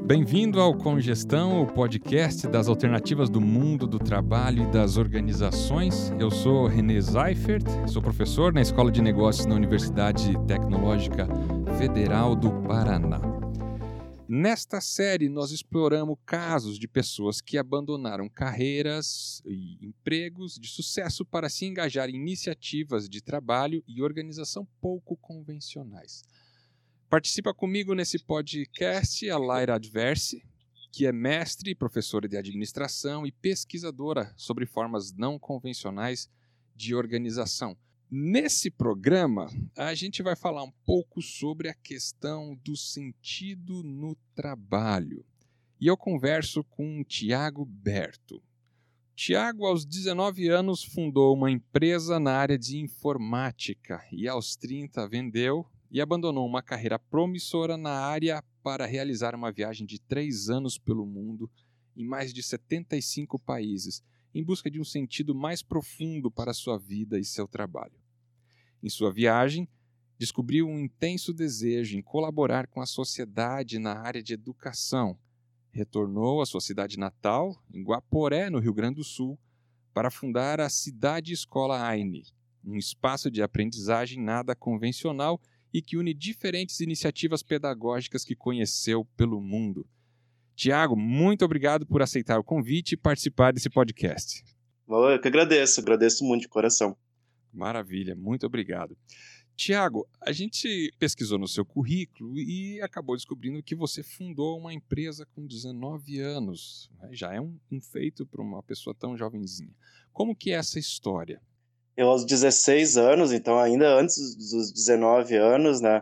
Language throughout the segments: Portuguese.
Bem-vindo ao Congestão, o podcast das alternativas do mundo do trabalho e das organizações. Eu sou René Seifert, sou professor na Escola de Negócios na Universidade Tecnológica Federal do Paraná. Nesta série, nós exploramos casos de pessoas que abandonaram carreiras e empregos de sucesso para se engajar em iniciativas de trabalho e organização pouco convencionais. Participa comigo nesse podcast a Laira Adversi, que é mestre e professora de administração e pesquisadora sobre formas não convencionais de organização. Nesse programa, a gente vai falar um pouco sobre a questão do sentido no trabalho. E eu converso com o Tiago Berto. Tiago, aos 19 anos, fundou uma empresa na área de informática e aos 30 vendeu e abandonou uma carreira promissora na área para realizar uma viagem de 3 anos pelo mundo em mais de 75 países, em busca de um sentido mais profundo para sua vida e seu trabalho. Em sua viagem, descobriu um intenso desejo em colaborar com a sociedade na área de educação. Retornou à sua cidade natal, em Guaporé, no Rio Grande do Sul, para fundar a Cidade Escola AINE, um espaço de aprendizagem nada convencional e que une diferentes iniciativas pedagógicas que conheceu pelo mundo. Tiago, muito obrigado por aceitar o convite e participar desse podcast. Eu que agradeço muito de coração. Maravilha, muito obrigado. Tiago, a gente pesquisou no seu currículo e acabou descobrindo que você fundou uma empresa com 19 anos. Já é um feito para uma pessoa tão jovenzinha. Como que é essa história? Eu aos 16 anos, então ainda antes dos 19 anos, né,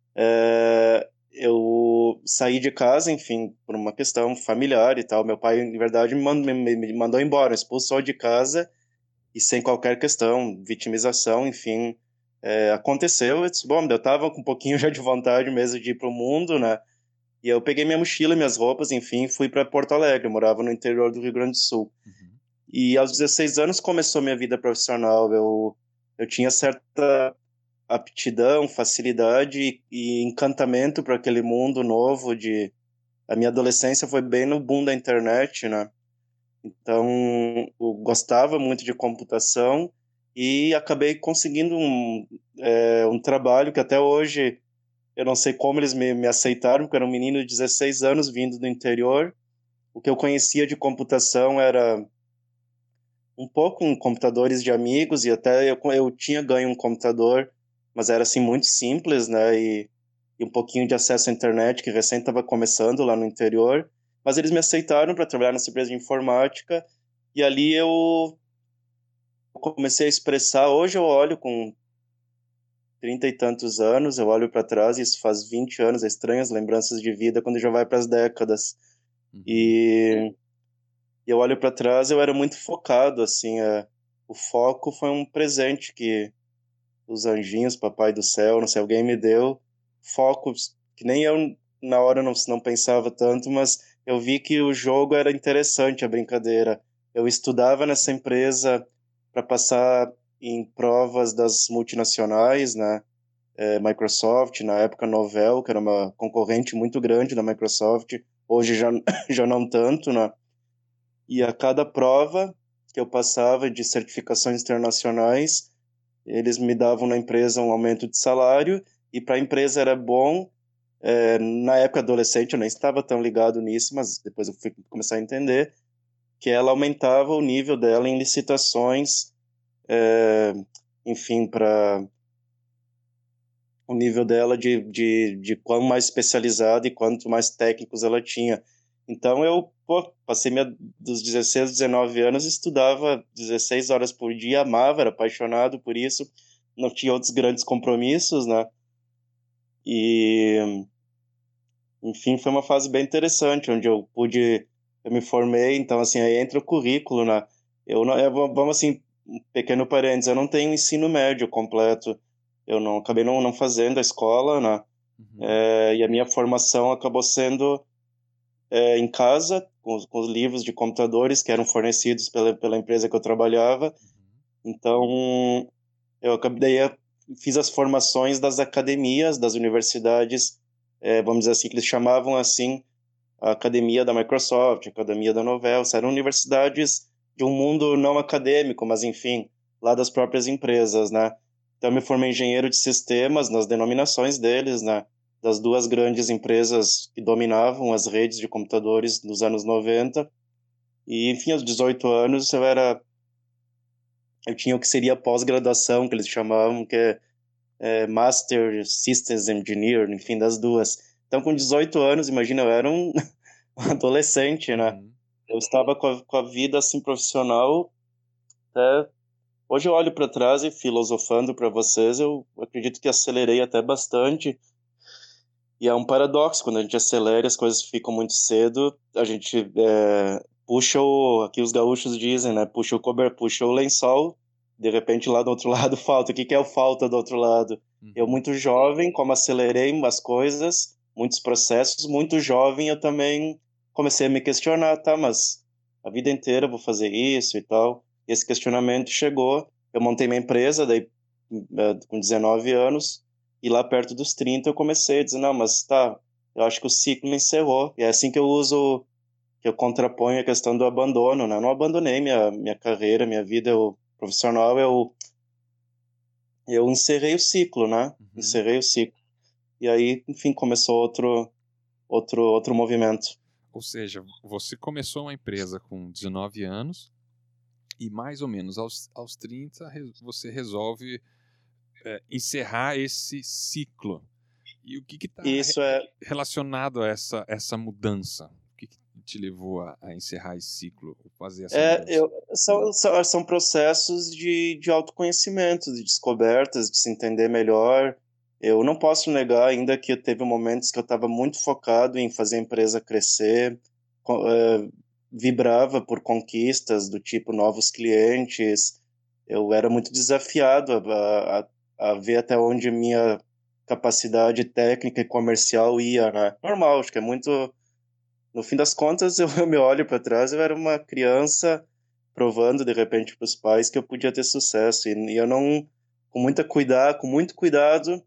eu saí de casa, enfim, por uma questão familiar e tal. Meu pai, em verdade, me mandou embora, expulsou de casa e sem qualquer questão, vitimização, enfim, aconteceu. Eu disse, bom, eu tava com um pouquinho já de vontade mesmo de ir pro mundo, né, e eu peguei minha mochila, minhas roupas, enfim, fui para Porto Alegre. Eu morava no interior do Rio Grande do Sul. E aos 16 anos começou minha vida profissional. Eu tinha certa aptidão, facilidade e encantamento para aquele mundo novo de... A minha adolescência foi bem no boom da internet, né? Então, eu gostava muito de computação e acabei conseguindo um trabalho que até hoje eu não sei como eles me aceitaram, porque eu era um menino de 16 anos vindo do interior. O que eu conhecia de computação era um pouco em computadores de amigos, e até eu tinha ganho um computador, mas era assim muito simples, né, e um pouquinho de acesso à internet, que recém estava começando lá no interior, mas eles me aceitaram para trabalhar nessa empresa de informática, e ali eu comecei a expressar. Hoje eu olho com 30 e tantos anos, eu olho para trás, e isso faz 20 anos, estranhas lembranças de vida quando já vai para as décadas. E eu olho para trás, eu era muito focado, assim, o foco foi um presente que os anjinhos, papai do céu, não sei, alguém me deu, foco que nem eu na hora não pensava tanto, mas eu vi que o jogo era interessante, a brincadeira. Eu estudava nessa empresa para passar em provas das multinacionais, né? Microsoft, na época Novell, que era uma concorrente muito grande da Microsoft, hoje já, já não tanto, né? E a cada prova que eu passava de certificações internacionais, eles me davam na empresa um aumento de salário, e para a empresa era bom. Na época adolescente eu nem estava tão ligado nisso, mas depois eu fui começar a entender que ela aumentava o nível dela em licitações, enfim, para o nível dela de quão mais especializada e quanto mais técnicos ela tinha. Então eu passei dos 16 aos 19 anos, estudava 16 horas por dia, amava, era apaixonado por isso, não tinha outros grandes compromissos, né? E, enfim, foi uma fase bem interessante, onde eu me formei. Então, assim, aí entra o currículo, né? Vamos assim, um pequeno parênteses, eu não tenho ensino médio completo, eu não acabei não fazendo a escola, né? E a minha formação acabou sendo em casa, com os livros de computadores que eram fornecidos pela empresa que eu trabalhava. Então, fiz as formações das academias, das universidades, vamos dizer assim, que eles chamavam assim, a academia da Microsoft, a academia da Novell, eram universidades de um mundo não acadêmico, mas enfim, lá das próprias empresas, né? Então, eu me formei engenheiro de sistemas nas denominações deles, né? Das duas grandes empresas que dominavam as redes de computadores dos anos 90. E, enfim, aos 18 anos, eu tinha o que seria pós-graduação, que eles chamavam, que é Master Systems Engineer, enfim, das duas. Então, com 18 anos, imagina, eu era um adolescente, né? Uhum. Eu estava com a vida, assim, profissional. Até hoje eu olho para trás e filosofando para vocês, eu acredito que acelerei até bastante. E é um paradoxo, quando a gente acelera, as coisas ficam muito cedo, a gente puxa aqui os gaúchos dizem, né? Puxa o lençol, de repente lá do outro lado falta. O que é o falta do outro lado? Eu Uhum. muito jovem, como acelerei umas coisas, muitos processos, muito jovem, eu também comecei a me questionar, tá, mas a vida inteira eu vou fazer isso e tal. E esse questionamento chegou, eu montei minha empresa, daí com 19 anos, e lá perto dos 30 eu comecei a dizer, não, mas tá, eu acho que o ciclo encerrou. E é assim que eu contraponho a questão do abandono, né? Eu não abandonei minha carreira, minha vida profissional, eu encerrei o ciclo, né? Uhum. Encerrei o ciclo. E aí, enfim, começou outro movimento. Ou seja, você começou uma empresa com 19 anos e mais ou menos aos 30 você resolve encerrar esse ciclo. E o que está E isso é, relacionado a essa mudança? O que te levou a encerrar esse ciclo, fazer essa é mudança? eu, são processos de autoconhecimento, de descobertas, de se entender melhor. Eu não posso negar ainda que teve momentos que eu estava muito focado em fazer a empresa crescer, vibrava por conquistas do tipo novos clientes. Eu era muito desafiado a ver até onde minha capacidade técnica e comercial ia, né? Normal, acho que é muito. No fim das contas, eu me olho para trás, eu era uma criança provando de repente para os pais que eu podia ter sucesso e eu não, com muito cuidado,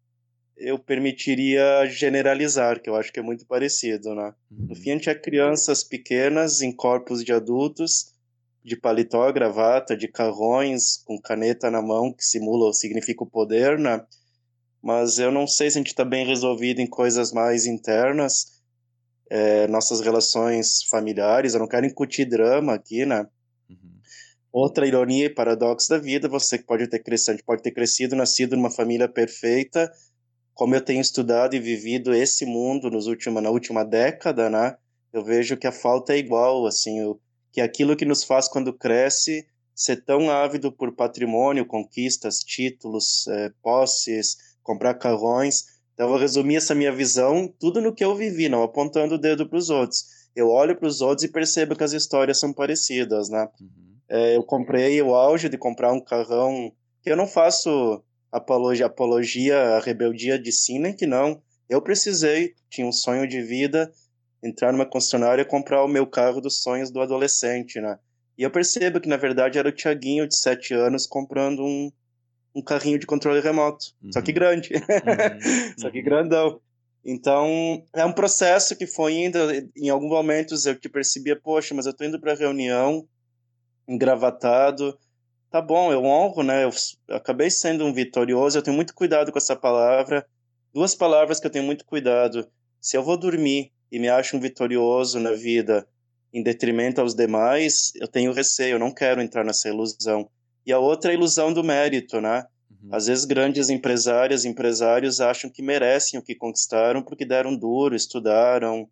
eu permitiria generalizar, que eu acho que é muito parecido, né? No fim, Uhum. a gente é crianças pequenas em corpos de adultos, de paletó, gravata, de carrões, com caneta na mão, que simula ou significa o poder, né? Mas eu não sei se a gente está bem resolvido em coisas mais internas, nossas relações familiares. Eu não quero incutir drama aqui, né? Uhum. Outra ironia e paradoxo da vida, você pode ter crescido, a gente pode ter crescido, nascido numa família perfeita, como eu tenho estudado e vivido esse mundo na última década, né? Eu vejo que a falta é igual, assim, que aquilo que nos faz quando cresce ser tão ávido por patrimônio, conquistas, títulos, posses, comprar carrões. Então, eu vou resumir essa minha visão, tudo no que eu vivi, não apontando o dedo para os outros. Eu olho para os outros e percebo que as histórias são parecidas, né? Uhum. Eu comprei o auge de comprar um carrão, que eu não faço apologia à rebeldia de Cine, que não. Eu precisei, tinha um sonho de vida, entrar numa concessionária e comprar o meu carro dos sonhos do adolescente, né? E eu percebo que, na verdade, era o Tiaguinho, de 7 anos, comprando um carrinho de controle remoto. Só que Uhum. grande. Uhum. Só que Uhum. grandão. Então, é um processo que foi indo. Em alguns momentos eu te percebia, poxa, mas eu tô indo para reunião engravatado. Tá bom, eu honro, né? Eu acabei sendo um vitorioso. Eu tenho muito cuidado com essa palavra. Duas palavras que eu tenho muito cuidado. Se eu vou dormir e me acho um vitorioso na vida em detrimento aos demais, eu tenho receio, eu não quero entrar nessa ilusão. E a outra é a ilusão do mérito, né? Uhum. Às vezes grandes empresárias, empresários acham que merecem o que conquistaram porque deram duro, estudaram,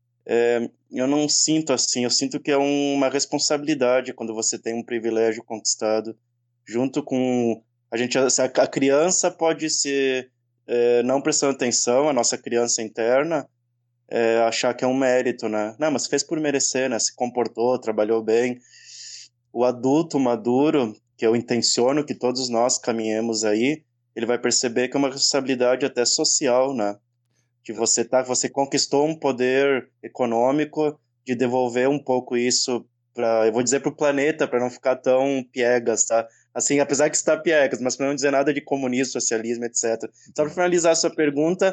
eu não sinto assim, eu sinto que é uma responsabilidade quando você tem um privilégio conquistado, junto com a gente, a criança pode ser, não prestando atenção, a nossa criança interna, achar que é um mérito, né? Não, mas fez por merecer, né? Se comportou, trabalhou bem. O adulto maduro, que eu intenciono que todos nós caminhemos aí, ele vai perceber que é uma responsabilidade até social, né? Que você conquistou um poder econômico de devolver um pouco isso para, eu vou dizer para o planeta, para não ficar tão piegas, tá? Assim, apesar que está piegas, mas para não dizer nada de comunismo, socialismo, etc. Só para Entendi. finalizar a sua pergunta,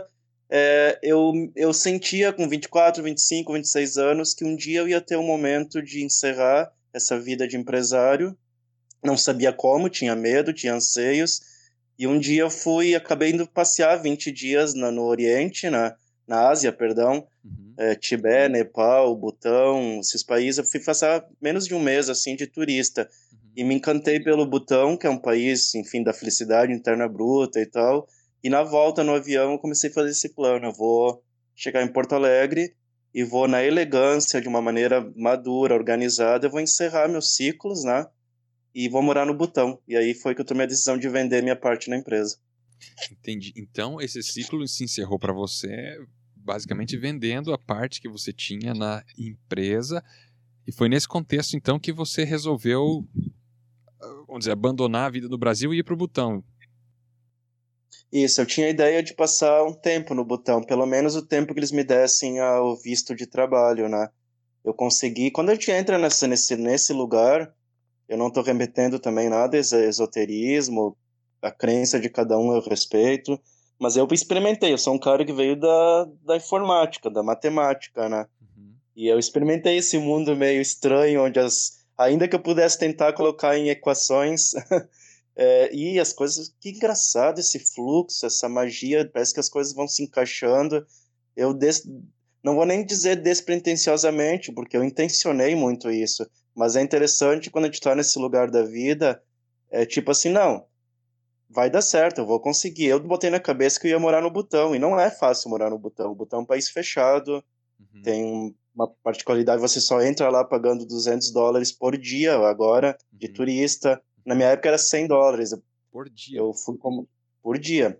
Eu sentia com 24, 25, 26 anos que um dia eu ia ter um momento de encerrar essa vida de empresário. Não sabia como, tinha medo, tinha anseios. E um dia eu acabei indo passear 20 dias no Oriente, na Ásia, perdão, Uhum. Tibete, Nepal, Butão, esses países. Eu fui passar menos de um mês, assim, de turista. Uhum. E me encantei pelo Butão, que é um país, enfim, da felicidade interna bruta e tal. E na volta no avião eu comecei a fazer esse plano. Eu vou chegar em Porto Alegre e vou na elegância, de uma maneira madura, organizada, eu vou encerrar meus ciclos, né? E vou morar no Butão. E aí foi que eu tomei a decisão de vender minha parte na empresa. Entendi. Então, esse ciclo se encerrou para você basicamente vendendo a parte que você tinha na empresa. E foi nesse contexto, então, que você resolveu, vamos dizer, abandonar a vida no Brasil e ir para o Butão. Isso, eu tinha a ideia de passar um tempo no Butão, pelo menos o tempo que eles me dessem o visto de trabalho, né? Eu consegui, quando a gente entra nesse lugar, eu não estou remetendo também nada esoterismo, a crença de cada um eu respeito, mas eu experimentei, eu sou um cara que veio da informática, da matemática, né? Uhum. E eu experimentei esse mundo meio estranho, onde ainda que eu pudesse tentar colocar em equações, e as coisas, que engraçado esse fluxo, essa magia, parece que as coisas vão se encaixando. Eu não vou nem dizer despretensiosamente, porque eu intencionei muito isso, mas é interessante quando a gente está nesse lugar da vida, é tipo assim, não, vai dar certo, eu vou conseguir. Eu botei na cabeça que eu ia morar no Butão, e não é fácil morar no Butão. O Butão é um país fechado, Uhum. tem uma particularidade, você só entra lá pagando US$ 200 por dia agora, de Uhum. turista. Na Uhum. minha época era US$ 100. Por dia. Eu fui como por dia.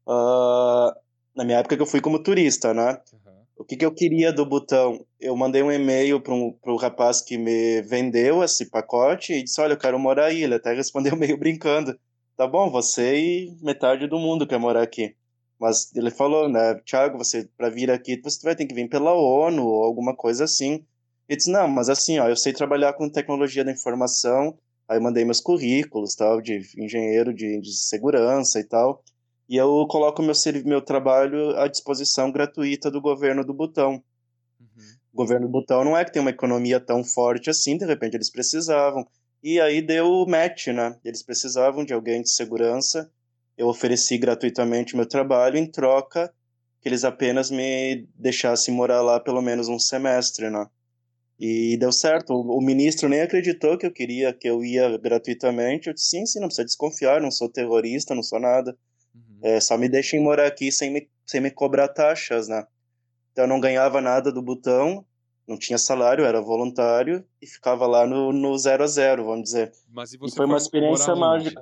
Ah, na minha época que eu fui como turista, né? Uhum. O que eu queria do Butão? Eu mandei um e-mail para o rapaz que me vendeu esse pacote e disse: Olha, eu quero morar aí. Ele até respondeu meio brincando: Tá bom, você e metade do mundo quer morar aqui. Mas ele falou, né, Thiago, você para vir aqui você vai ter que vir pela ONU ou alguma coisa assim. Eu disse: Não, mas assim, ó, eu sei trabalhar com tecnologia da informação. Aí eu mandei meus currículos, tal, de engenheiro de segurança e tal. E eu coloco meu trabalho à disposição gratuita do governo do Butão. Uhum. O governo do Butão não é que tem uma economia tão forte assim, de repente eles precisavam. E aí deu match, né? Eles precisavam de alguém de segurança. Eu ofereci gratuitamente meu trabalho em troca que eles apenas me deixassem morar lá pelo menos um semestre, né? Uhum. E deu certo. O ministro nem acreditou que eu queria, que eu ia gratuitamente. Eu disse, sim, sim, não precisa desconfiar, não sou terrorista, não sou nada. Uhum. Só me deixem morar aqui sem me cobrar taxas, né? Então eu não ganhava nada do Butão, não tinha salário, era voluntário e ficava lá no zero a zero, vamos dizer. Mas e E você foi uma foi morar experiência mágica. onde?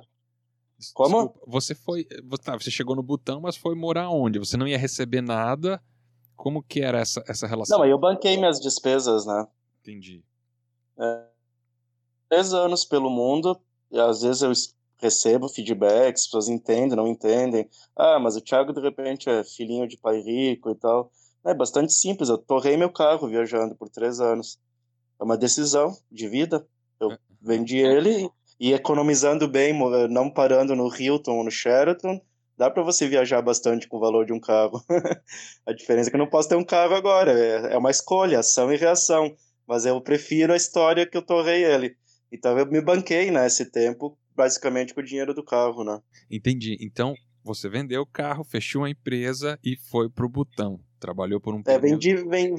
Como? Desculpa, você foi. Tá, você chegou no Butão, mas foi morar onde? Você não ia receber nada. Como que era essa Não, relação? aí eu banquei minhas despesas, né? Entendi. É, 3 anos pelo mundo, e às vezes recebo feedbacks, as pessoas entendem, não entendem. Ah, mas o Thiago de repente é filhinho de pai rico e tal. É bastante simples, eu torrei meu carro viajando por 3 anos. É uma decisão de vida. Eu Aham. vendi ele e economizando bem, não parando no Hilton ou no Sheraton, dá para você viajar bastante com o valor de um carro. A diferença é que eu não posso ter um carro agora. É uma escolha, ação e reação. Mas eu prefiro a história que eu torrei ele. Então eu me banquei nesse tempo, basicamente com o dinheiro do carro, né? Entendi. Então, você vendeu o carro, fechou a empresa e foi pro Butão. Trabalhou por um período.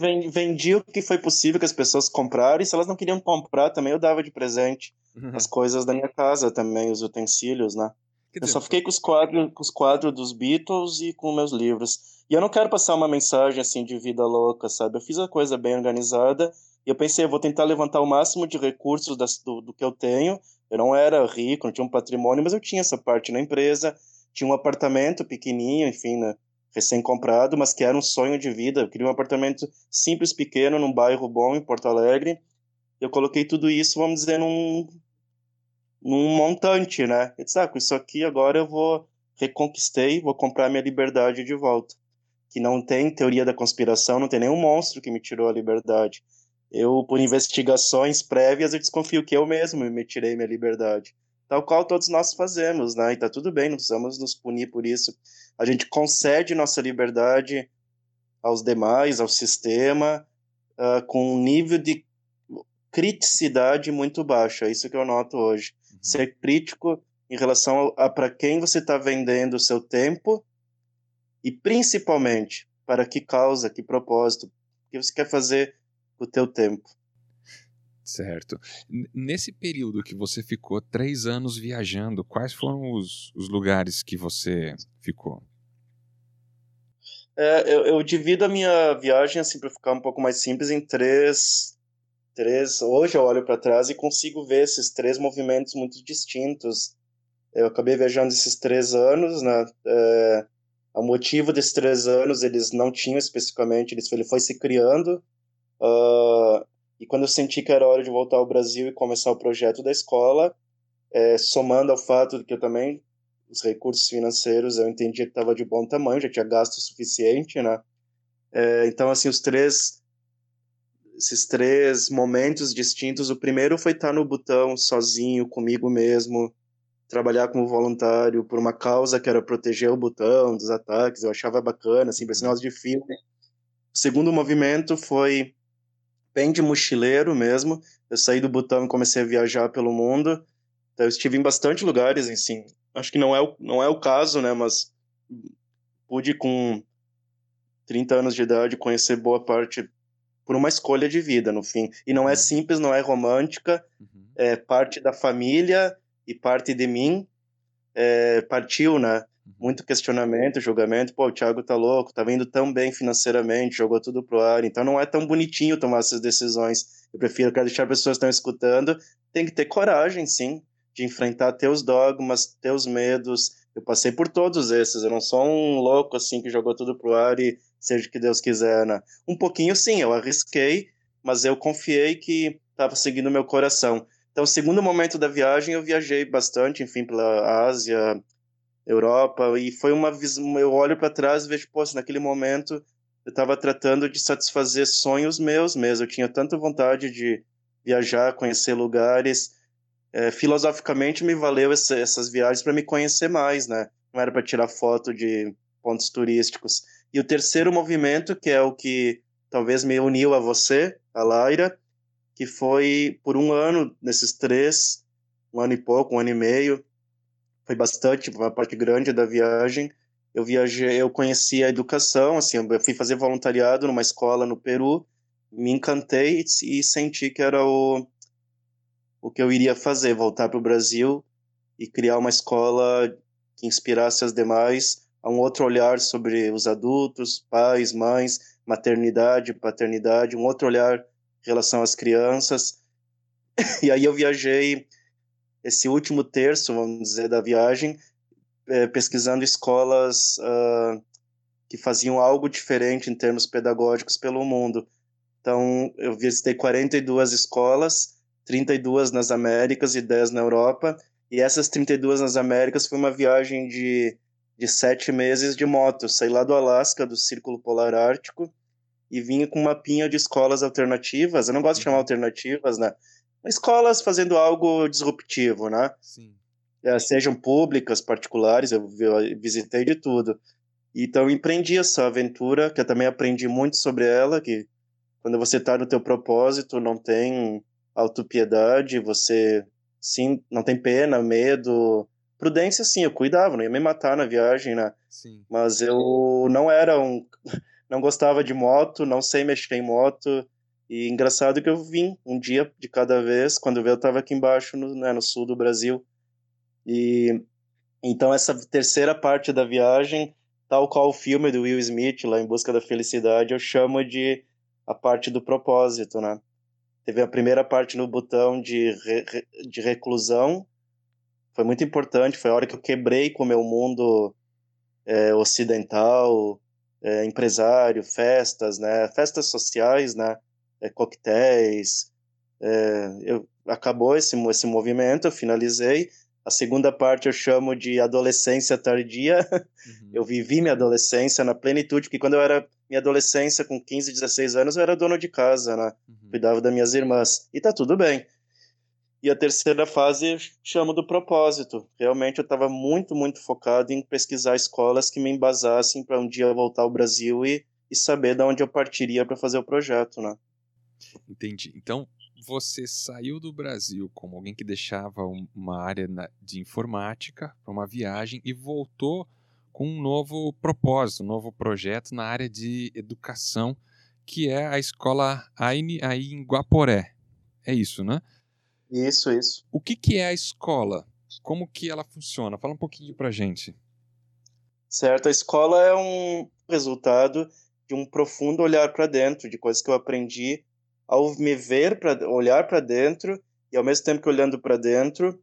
Vendi o que foi possível que as pessoas compraram, e se elas não queriam comprar também, eu dava de presente as coisas da minha casa também, os utensílios, né? Quer Eu dizer, só fiquei com os quadros dos Beatles e com meus livros. E eu não quero passar uma mensagem assim de vida louca, sabe? Eu fiz a coisa bem organizada e eu pensei, eu vou tentar levantar o máximo de recursos do que eu tenho. Eu não era rico, não tinha um patrimônio, mas eu tinha essa parte na empresa. Tinha um apartamento pequenininho, enfim, né? Recém-comprado, mas que era um sonho de vida. Eu queria um apartamento simples, pequeno, num bairro bom em Porto Alegre. Eu coloquei tudo isso, vamos dizer, num montante, né? Eu disse, com isso aqui agora eu reconquistei, vou comprar minha liberdade de volta. Que não tem teoria da conspiração, não tem nenhum monstro que me tirou a liberdade. Eu, por investigações prévias, eu desconfio que eu mesmo me tirei minha liberdade. Tal qual todos nós fazemos, né? E tá tudo bem, não precisamos nos punir por isso. A gente concede nossa liberdade aos demais, ao sistema, com um nível de criticidade muito baixo. É isso que eu noto hoje. Ser crítico em relação a para quem você está vendendo o seu tempo e principalmente para que causa, que propósito, o que você quer fazer com o teu tempo. Certo. Nesse período que você ficou 3 anos viajando, quais foram os lugares que você ficou? Eu divido a minha viagem, assim, para ficar um pouco mais simples, em três. Hoje eu olho para trás e consigo ver esses três movimentos muito distintos. Eu acabei viajando esses 3 anos, né? O motivo desses 3 anos eles não tinham especificamente, ele foi se criando. E quando eu senti que era hora de voltar ao Brasil e começar o projeto da escola, somando ao fato de que eu também, os recursos financeiros, eu entendia que estava de bom tamanho, já tinha gasto o suficiente, né? Então, assim, esses três momentos distintos, o primeiro foi estar no Butão, sozinho, comigo mesmo, trabalhar como voluntário por uma causa que era proteger o Butão dos ataques, eu achava bacana, assim, parecia negócio de filme. O segundo movimento foi bem de mochileiro mesmo, eu saí do Butão e comecei a viajar pelo mundo, então eu estive em bastante lugares, assim, acho que não é o caso, né, mas pude com 30 anos de idade conhecer boa parte por uma escolha de vida, no fim. E não é simples, não é romântica, é parte da família e parte de mim. Partiu, né? Muito questionamento, julgamento. Pô, o Thiago tá louco, tá vindo tão bem financeiramente, jogou tudo pro ar. Então não é tão bonitinho tomar essas decisões. Quero deixar as pessoas que estão escutando, tem que ter coragem, sim, de enfrentar teus dogmas, teus medos. Eu passei por todos esses, eu não sou um louco, assim, que jogou tudo pro ar e seja o que Deus quiser, né? Um pouquinho, sim, eu arrisquei, mas eu confiei que estava seguindo meu coração. Então, o segundo momento da viagem, eu viajei bastante, enfim, pela Ásia, Europa, e foi uma visão. Eu olho para trás e vejo, poxa, naquele momento eu estava tratando de satisfazer sonhos meus mesmo. Eu tinha tanta vontade de viajar, conhecer lugares. Filosoficamente, me valeu essas viagens para me conhecer mais, né? Não era para tirar foto de pontos turísticos. E o terceiro movimento, que é o que talvez me uniu a você, a Laira, que foi por um ano, nesses três, um ano e pouco, um ano e meio, foi bastante, uma parte grande da viagem. Eu viajei, eu conheci a educação, assim, eu fui fazer voluntariado numa escola no Peru, me encantei e senti que era o que eu iria fazer, voltar para o Brasil e criar uma escola que inspirasse as demais a um outro olhar sobre os adultos, pais, mães, maternidade, paternidade, um outro olhar em relação às crianças. E aí eu viajei esse último terço, vamos dizer, da viagem, pesquisando escolas que faziam algo diferente em termos pedagógicos pelo mundo. Então, eu visitei 42 escolas, 32 nas Américas e 10 na Europa, e essas 32 nas Américas foi uma viagem de 7 meses de moto. Eu saí lá do Alasca, do Círculo Polar Ártico, e vinha com uma pinha de escolas alternativas. Eu não gosto de chamar alternativas, né? Escolas fazendo algo disruptivo, né? Sim. Sejam públicas, particulares, eu visitei de tudo. Então, eu empreendi essa aventura, que eu também aprendi muito sobre ela, que quando você está no teu propósito, não tem autopiedade, você, sim, não tem pena, medo. Prudência, sim, eu cuidava, não ia me matar na viagem, né? Sim. Mas eu não era não gostava de moto, não sei mexer em moto. E engraçado que eu vim um dia de cada vez, quando eu estava aqui embaixo, no sul do Brasil. E então essa terceira parte da viagem, tal qual o filme do Will Smith, lá Em Busca da Felicidade, eu chamo de a parte do propósito, né? Teve a primeira parte no botão de reclusão, foi muito importante, foi a hora que eu quebrei com o meu mundo ocidental, empresário, festas, né? Festas sociais, né? Coquetéis. Acabou esse movimento, eu finalizei. A segunda parte eu chamo de adolescência tardia. Eu vivi minha adolescência na plenitude, porque quando eu era minha adolescência, com 15, 16 anos, eu era dono de casa, né? Cuidava das minhas irmãs. E tá tudo bem. E a terceira fase eu chamo do propósito. Realmente eu estava muito, muito focado em pesquisar escolas que me embasassem para um dia voltar ao Brasil e e saber de onde eu partiria para fazer o projeto, né? Entendi. Então, você saiu do Brasil como alguém que deixava uma área de informática para uma viagem e voltou com um novo propósito, um novo projeto na área de educação, que é a escola AINE aí em Guaporé. É isso, né? Isso, isso. O que é a escola? Como que ela funciona? Fala um pouquinho pra gente. Certo, a escola é um resultado de um profundo olhar para dentro, de coisas que eu aprendi ao me ver, para olhar para dentro, e ao mesmo tempo que olhando para dentro,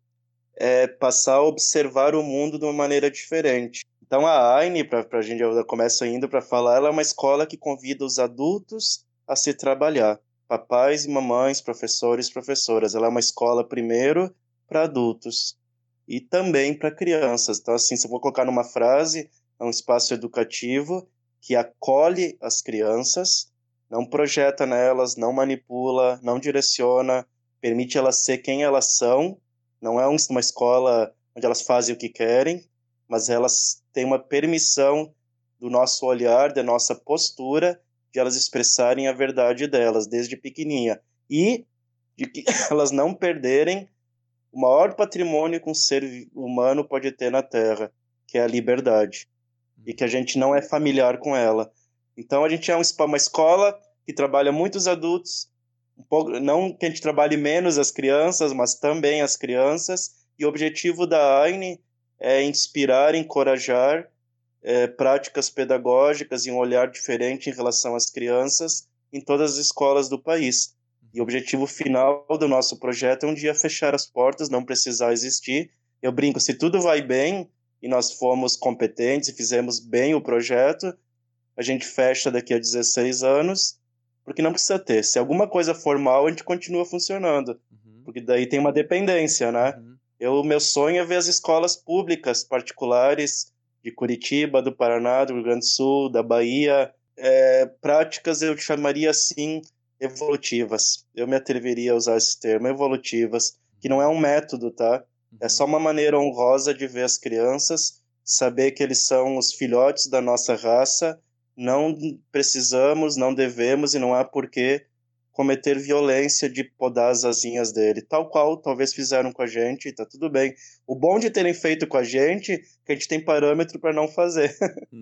passar a observar o mundo de uma maneira diferente. Então a AINE, para a gente, eu começo indo para falar, ela é uma escola que convida os adultos a se trabalhar, papais e mamães, professores, professoras. Ela é uma escola primeiro para adultos e também para crianças. Então assim, se eu vou colocar numa frase, é um espaço educativo que acolhe as crianças, não projeta nelas, não manipula, não direciona, permite elas ser quem elas são. Não é uma escola onde elas fazem o que querem, mas elas têm uma permissão do nosso olhar, da nossa postura, de elas expressarem a verdade delas desde pequenininha. E de que elas não perderem o maior patrimônio que um ser humano pode ter na Terra, que é a liberdade. E que a gente não é familiar com ela. Então a gente é uma escola que trabalha muitos adultos, um pouco, não que a gente trabalhe menos as crianças, mas também as crianças. E o objetivo da AINE é inspirar, encorajar práticas pedagógicas e um olhar diferente em relação às crianças em todas as escolas do país. E o objetivo final do nosso projeto é um dia fechar as portas, não precisar existir. Eu brinco, se tudo vai bem e nós fomos competentes e fizemos bem o projeto, a gente fecha daqui a 16 anos, porque não precisa ter. Se alguma coisa for mal, a gente continua funcionando, porque daí tem uma dependência, né? Meu sonho é ver as escolas públicas, particulares, de Curitiba, do Paraná, do Rio Grande do Sul, da Bahia, práticas eu chamaria assim, evolutivas. Eu me atreveria a usar esse termo, evolutivas, que não é um método, tá? É só uma maneira honrosa de ver as crianças, saber que eles são os filhotes da nossa raça, não precisamos, não devemos e não há porquê cometer violência de podar as asinhas dele, tal qual talvez fizeram com a gente, tá tudo bem. O bom de terem feito com a gente é que a gente tem parâmetro para não fazer.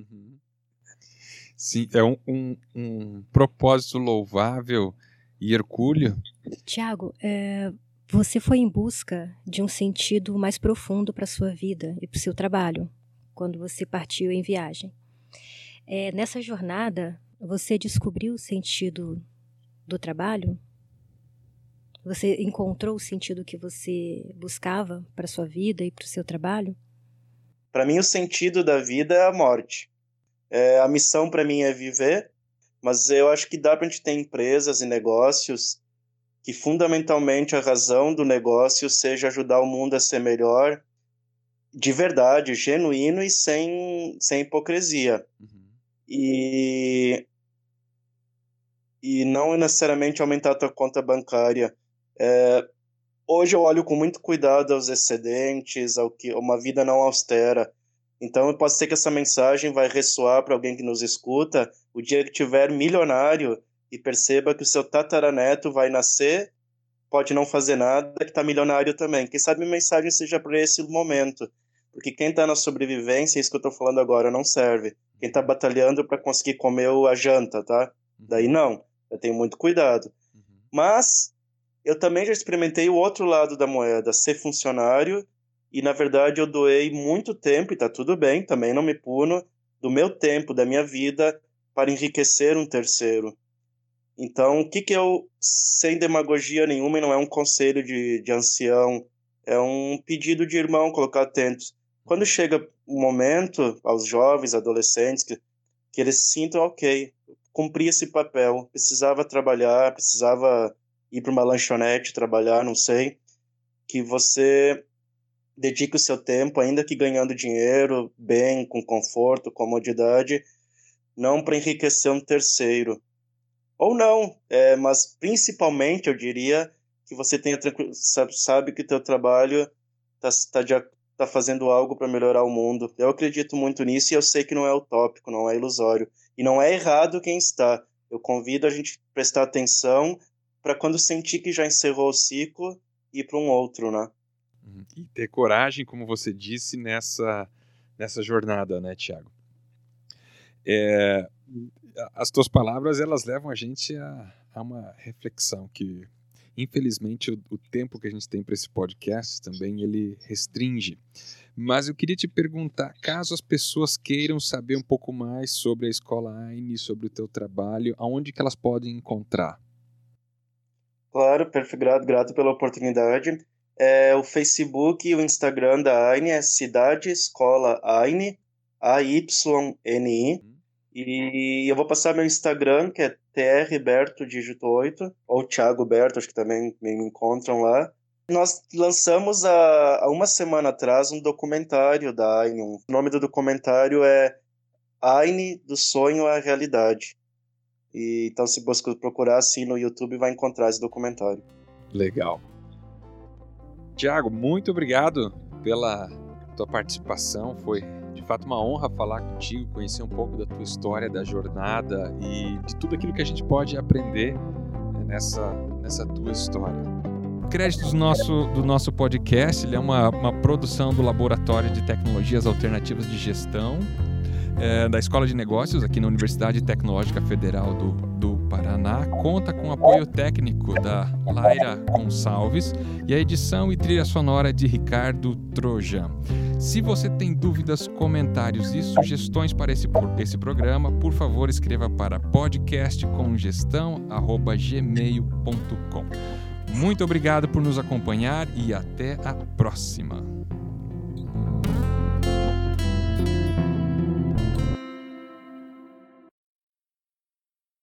Sim, é um propósito louvável e hercúleo. Tiago, você foi em busca de um sentido mais profundo para a sua vida e para o seu trabalho, quando você partiu em viagem. Nessa jornada, você descobriu o sentido do trabalho? Você encontrou o sentido que você buscava para a sua vida e para o seu trabalho? Para mim, o sentido da vida é a morte. A missão para mim é viver, mas eu acho que dá para a gente ter empresas e negócios que fundamentalmente a razão do negócio seja ajudar o mundo a ser melhor, de verdade, genuíno e sem hipocrisia. E não necessariamente aumentar a tua conta bancária. Hoje eu olho com muito cuidado aos excedentes, uma vida não austera. Então, pode ser que essa mensagem vai ressoar para alguém que nos escuta o dia que tiver milionário e perceba que o seu tataraneto vai nascer, pode não fazer nada, que está milionário também. Quem sabe a mensagem seja para esse momento. Porque quem está na sobrevivência, isso que eu estou falando agora, não serve. Quem está batalhando para conseguir comer a janta, tá? Daí não. Eu tenho muito cuidado. Mas eu também já experimentei o outro lado da moeda, ser funcionário, e na verdade eu doei muito tempo, e tá tudo bem, também não me puno, do meu tempo, da minha vida, para enriquecer um terceiro. Então, o que eu, sem demagogia nenhuma, e não é um conselho de ancião, é um pedido de irmão, colocar atentos. Quando chega o momento, aos jovens, adolescentes, que eles sintam, ok, cumpri esse papel, precisava trabalhar, precisava ir para uma lanchonete trabalhar, não sei, que você dedique o seu tempo, ainda que ganhando dinheiro, bem, com conforto, comodidade, não para enriquecer um terceiro. Ou não, mas principalmente eu diria que você tenha sabe que o teu trabalho tá fazendo algo para melhorar o mundo. Eu acredito muito nisso e eu sei que não é utópico, não é ilusório. E não é errado quem está. Eu convido a gente a prestar atenção para quando sentir que já encerrou o ciclo, ir para um outro, né? E ter coragem, como você disse, nessa jornada, né, Thiago? As tuas palavras, elas levam a gente a uma reflexão que, infelizmente, o tempo que a gente tem para esse podcast também, ele restringe. Mas eu queria te perguntar, caso as pessoas queiram saber um pouco mais sobre a Escola Aine, sobre o teu trabalho, aonde que elas podem encontrar? Claro, grato pela oportunidade. O Facebook e o Instagram da Aine é Cidade Escola Aine, AYNI. E eu vou passar meu Instagram, que é trberto dígito 8, ou Thiago Berto, acho que também me encontram lá. Nós lançamos há uma semana atrás um documentário da Aine. O nome do documentário é Aine, do sonho à realidade. Então, se você procurar assim no YouTube, vai encontrar esse documentário. Legal. Thiago, muito obrigado pela tua participação. Foi, de fato, uma honra falar contigo, conhecer um pouco da tua história, da jornada e de tudo aquilo que a gente pode aprender nessa tua história. Créditos do nosso podcast, ele é uma produção do Laboratório de Tecnologias Alternativas de Gestão, da Escola de Negócios, aqui na Universidade Tecnológica Federal do Paraná. Conta com apoio técnico da Laira Gonçalves e a edição e trilha sonora de Ricardo Trojan. Se você tem dúvidas, comentários e sugestões para esse programa, por favor, escreva para podcastcomgestão@gmail.com. Muito obrigado por nos acompanhar e até a próxima.